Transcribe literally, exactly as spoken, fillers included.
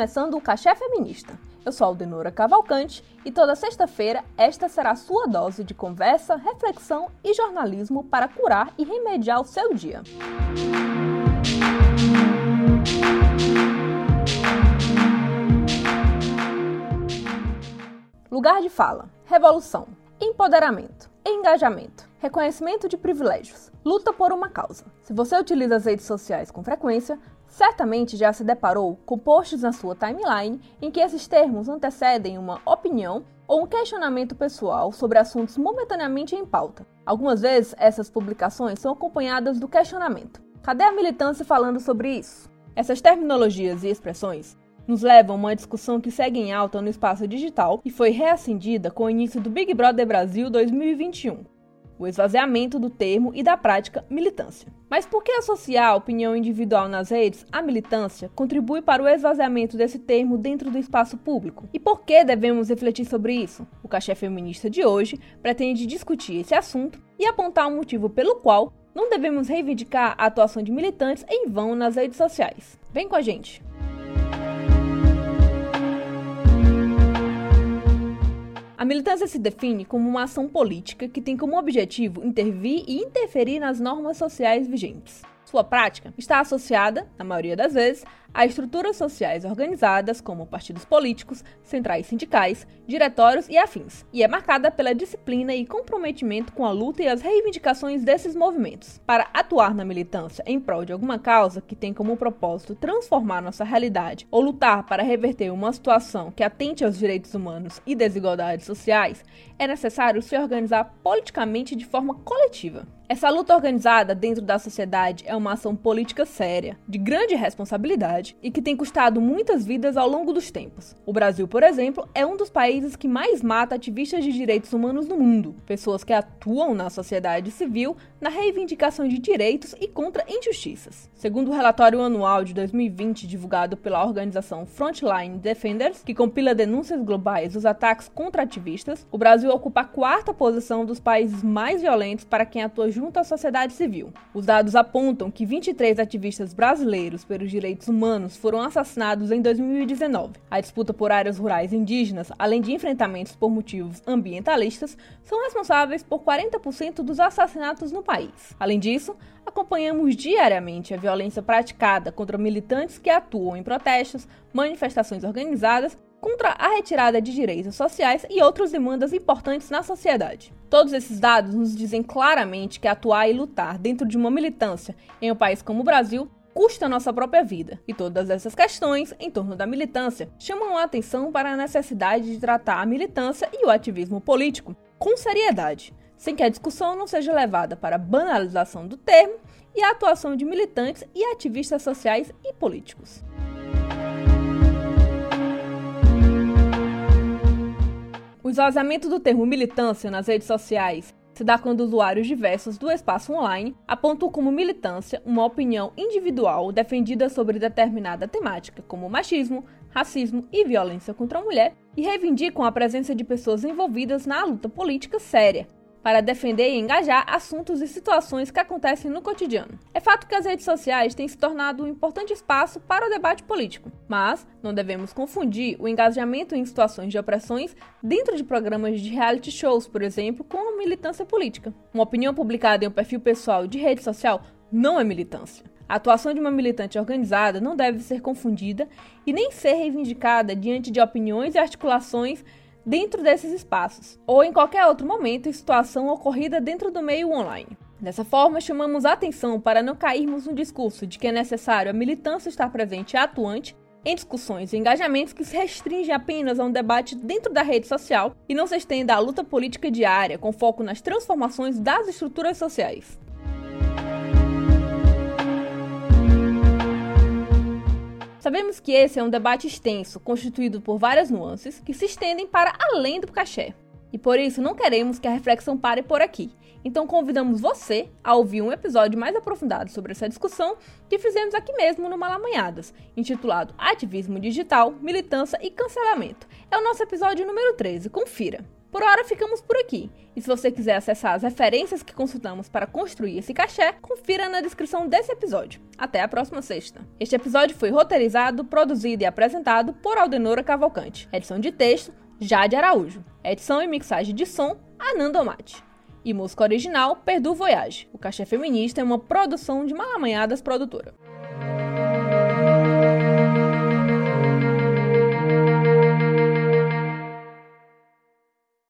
começando o Café Feminista. Eu sou a Aldenora Cavalcante e toda sexta-feira esta será a sua dose de conversa, reflexão e jornalismo para curar e remediar o seu dia. Lugar de fala, revolução, empoderamento, engajamento, reconhecimento de privilégios, luta por uma causa. Se você utiliza as redes sociais com frequência, certamente já se deparou com posts na sua timeline em que esses termos antecedem uma opinião ou um questionamento pessoal sobre assuntos momentaneamente em pauta. Algumas vezes, essas publicações são acompanhadas do questionamento: cadê a militância falando sobre isso? Essas terminologias e expressões nos levam a uma discussão que segue em alta no espaço digital e foi reacendida com o início do Big Brother Brasil dois mil e vinte e um. O esvaziamento do termo e da prática militância. Mas por que associar a opinião individual nas redes à militância contribui para o esvaziamento desse termo dentro do espaço público? E por que devemos refletir sobre isso? O Café Feminista de hoje pretende discutir esse assunto e apontar um motivo pelo qual não devemos reivindicar a atuação de militantes em vão nas redes sociais. Vem com a gente! A militância se define como uma ação política que tem como objetivo intervir e interferir nas normas sociais vigentes. Sua prática está associada, na maioria das vezes, a estruturas sociais organizadas como partidos políticos, centrais sindicais, diretórios e afins, e é marcada pela disciplina e comprometimento com a luta e as reivindicações desses movimentos. Para atuar na militância em prol de alguma causa que tem como propósito transformar nossa realidade ou lutar para reverter uma situação que atente aos direitos humanos e desigualdades sociais, é necessário se organizar politicamente de forma coletiva. Essa luta organizada dentro da sociedade é uma ação política séria, de grande responsabilidade e que tem custado muitas vidas ao longo dos tempos. O Brasil, por exemplo, é um dos países que mais mata ativistas de direitos humanos no mundo, pessoas que atuam na sociedade civil na reivindicação de direitos e contra injustiças. Segundo o relatório anual de dois mil e vinte divulgado pela organização Frontline Defenders, que compila denúncias globais dos ataques contra ativistas, o Brasil ocupa a quarta posição dos países mais violentos para quem atua junto à sociedade civil. Os dados apontam que vinte e três ativistas brasileiros pelos direitos humanos foram assassinados em dois mil e dezenove. A disputa por áreas rurais indígenas, além de enfrentamentos por motivos ambientalistas, são responsáveis por quarenta por cento dos assassinatos no país. Além disso, acompanhamos diariamente a violência praticada contra militantes que atuam em protestos, manifestações organizadas, contra a retirada de direitos sociais e outras demandas importantes na sociedade. Todos esses dados nos dizem claramente que atuar e lutar dentro de uma militância em um país como o Brasil custa a nossa própria vida. E todas essas questões em torno da militância chamam a atenção para a necessidade de tratar a militância e o ativismo político com seriedade, sem que a discussão não seja levada para a banalização do termo e a atuação de militantes e ativistas sociais e políticos. O esvaziamento do termo militância nas redes sociais se dá quando usuários diversos do espaço online apontam como militância uma opinião individual defendida sobre determinada temática, como machismo, racismo e violência contra a mulher, e reivindicam a presença de pessoas envolvidas na luta política séria, para defender e engajar assuntos e situações que acontecem no cotidiano. É fato que as redes sociais têm se tornado um importante espaço para o debate político, mas não devemos confundir o engajamento em situações de opressões dentro de programas de reality shows, por exemplo, com a militância política. Uma opinião publicada em um perfil pessoal de rede social não é militância. A atuação de uma militante organizada não deve ser confundida e nem ser reivindicada diante de opiniões e articulações dentro desses espaços, ou em qualquer outro momento e situação ocorrida dentro do meio online. Dessa forma, chamamos a atenção para não cairmos no discurso de que é necessário a militância estar presente e atuante em discussões e engajamentos que se restringem apenas a um debate dentro da rede social e não se estenda à luta política diária, com foco nas transformações das estruturas sociais. Sabemos que esse é um debate extenso, constituído por várias nuances, que se estendem para além do cachê. E por isso não queremos que a reflexão pare por aqui. Então convidamos você a ouvir um episódio mais aprofundado sobre essa discussão que fizemos aqui mesmo no Malamanhadas, intitulado Ativismo Digital, Militância e Cancelamento. É o nosso episódio número treze, confira! Por hora ficamos por aqui, e se você quiser acessar as referências que consultamos para construir esse cachê, confira na descrição desse episódio. Até a próxima sexta. Este episódio foi roteirizado, produzido e apresentado por Aldenora Cavalcante. Edição de texto, Jade Araújo. Edição e mixagem de som, Ananda Omati. E música original, Perdu Voyage. O Cachê Feminista é uma produção de Malamanhadas Produtora.